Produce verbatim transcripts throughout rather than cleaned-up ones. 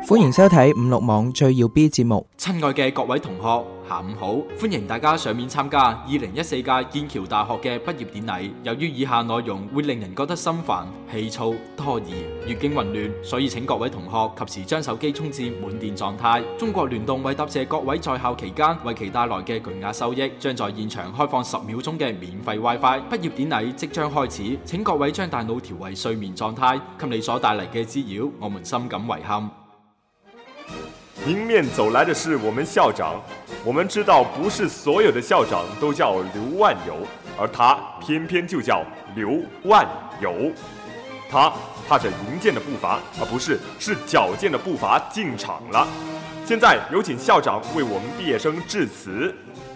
歡迎收睇五六網最耀 B 節目。 親愛嘅各位同學，下午好，歡迎大家上面參加二零一四屆劍橋大學嘅畢業典禮。由於以下內容會令人覺得心煩、氣躁、多疑、月經混亂，所以請各位同學及時將手機充至滿電狀態。中國聯動為答謝各位在校期間為其帶來嘅巨額收益，將在現場開放十秒鐘嘅免費 WiFi。畢業典禮即將開始，請各位將大腦調為睡眠狀態，給你所帶嚟嘅滋擾，我們深感遺憾。 迎面走來的是我們校長，我們知道不是所有的校長都叫劉萬有，而他偏偏就叫劉萬有。他踏着迎劍的步伐，而不是是矯健的步伐進場了。現在有請校長為我們畢業生致辭。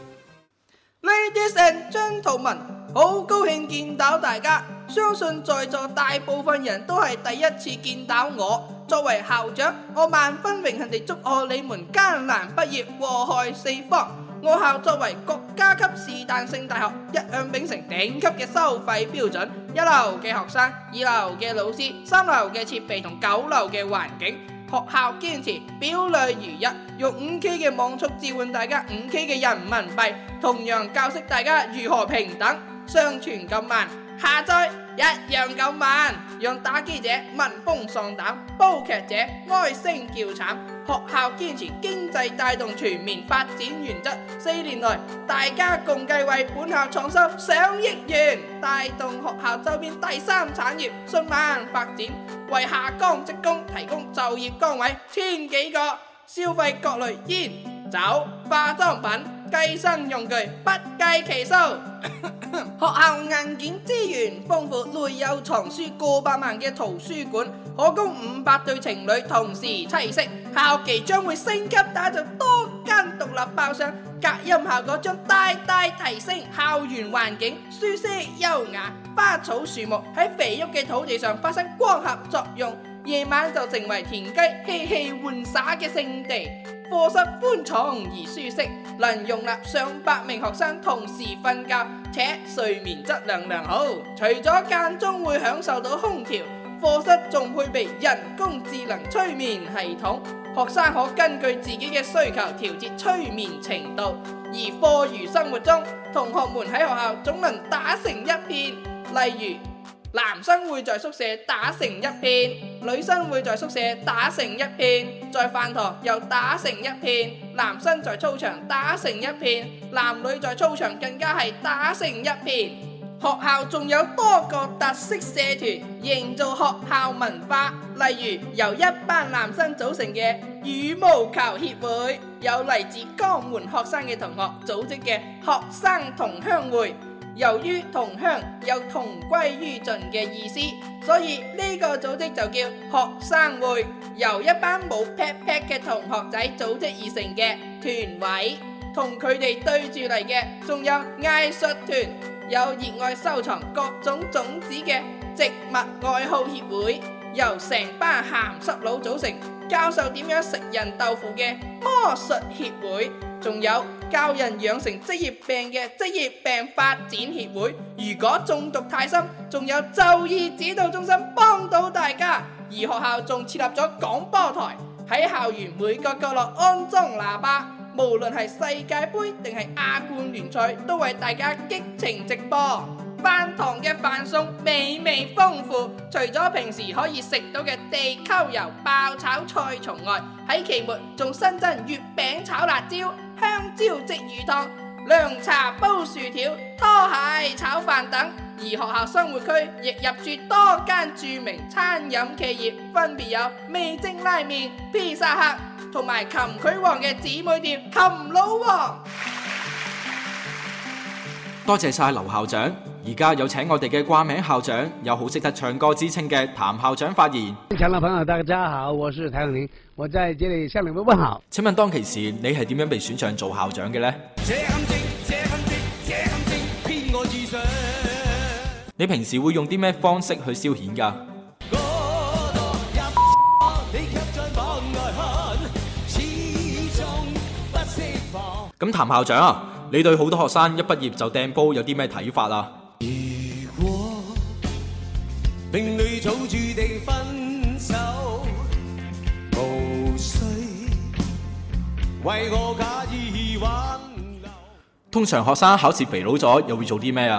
Ladies and gentlemen， 好高興見到大家，相信在座大部分人都係第一次見到我。作為校長，我萬分榮幸地祝賀你們艱難畢業，禍害四方。我校作為國家級是但性大學，一向秉承頂級嘅收費標準，一流嘅學生，二流嘅老師，三流嘅設備同九流嘅環境。學校堅持表裏如一，用五 K 嘅網速召喚大家五 K 嘅人民幣，同樣教識大家如何平等。上傳咁慢，下載一樣咁慢，讓打機者聞風喪膽，煲劇者哀聲叫慘。學校堅持經濟帶動全面發展原則，四年來大家共計為本校創收上億元，帶動學校周邊第三產業迅猛發展，為下崗職工提供就業崗位千幾個，消費各類煙酒化妝品計生用具不計其數。學校硬件資源豐富，內有藏書過百萬嘅圖書館，可供五百對情侶同時棲息。校期將會升級打造多間獨立包廂，隔音效果將大大提升，校園環境舒適優雅，花草樹木喺肥沃嘅土地上發生光合作用，夜晚就成為田雞嬉戲玩耍嘅聖地。課室寬敞而舒適，能容納上百名學生同時瞓覺，且睡眠質量良好。除咗間中會享受到空調，課室仲配備人工智能催眠系統，學生可根據自己嘅需求調節催眠程度。而課餘生活中，同學們喺學校總能打成一片，例如男生會在宿舍打成一片，女生會在宿舍打成一片，在飯堂又打成一片，男生在操場打成一片，男女在操場更加係打成一片。學校仲有多個特色社團，營造學校文化，例如由一班男生組成嘅羽毛球協會，有嚟自江門學生嘅同學組織嘅學生同鄉會。由於同鄉有同歸於盡嘅意思，所以呢個組織就叫學生會，由一班冇 pat pat 嘅同學仔組織而成嘅團委。同佢哋對住嚟嘅仲有藝術團，有熱愛收藏各種種子嘅植物愛好協會，由成班鹹濕佬組成，教授點樣食人豆腐嘅魔術協會，仲有教人養成職業病嘅職業病發展協會。如果中毒太深，仲有就醫指導中心幫到大家。而學校仲設立咗廣播台，喺校園每個角落安裝喇叭，無論係世界盃定係亞冠聯賽，都為大家激情直播。飯堂嘅飯餸美味豐富，除咗平時可以食到嘅地溝油爆炒菜蟲外，喺期末仲新增月餅炒辣椒、香蕉鯽魚湯、涼茶煲薯條、拖鞋炒飯等。而學校生活區亦入駐多間著名餐飲企業，分別有味精拉麵、披薩客同埋琴曲王嘅姊妹店琴佬王。 多謝晒劉校長，而家有請我哋嘅掛名校長，有好識得唱歌之稱嘅譚校長發言。 現場的朋友大家好，我是譚詠麟，我在這裡向你們問好。 請問當其時你係點樣被選上做校長嘅呢？你平時會用啲咩方式去消遣㗎？咁譚校長啊，你對好多學生一畢業就掟煲有啲咩睇法啊？如果命裏早注定分手，無為我假意挽留。 通常學生考試肥佬咗，又會做啲咩啊？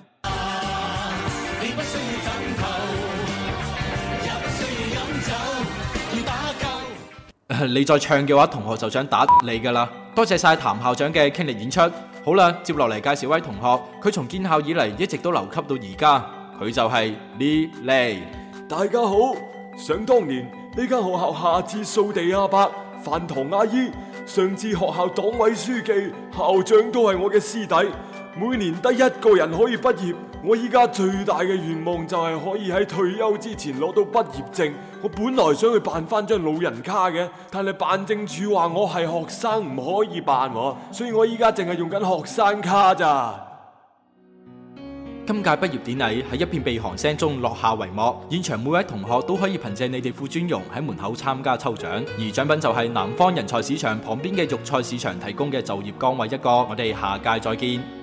你不需要枕頭，也不需要飲酒，要打救。 你再唱嘅話，同學就想打你噶啦！多謝晒譚校長嘅傾力演出。好啦，接落嚟介紹位同學，佢從建校以嚟一直都留級到而家，佢就係李麗。 大家好，想當年呢間學校下至掃地阿伯、飯堂阿姨，上至學校黨委書記、校長都係我嘅師弟。每年得一個人可以畢業，我依家最大嘅願望就係可以喺退休之前攞到畢業證。我本來想去辦翻張老人卡嘅，但係辦證處話我係學生唔可以辦喎，所以我依家淨係用緊學生卡咋。 今屆畢業典禮喺一片鼻鼾聲中落下帷幕，現場每位同學都可以憑借你哋副尊容喺門口參加抽獎，而獎品就係南方人才市場旁邊嘅育菜市場提供嘅就業崗位一個。我哋下屆再見。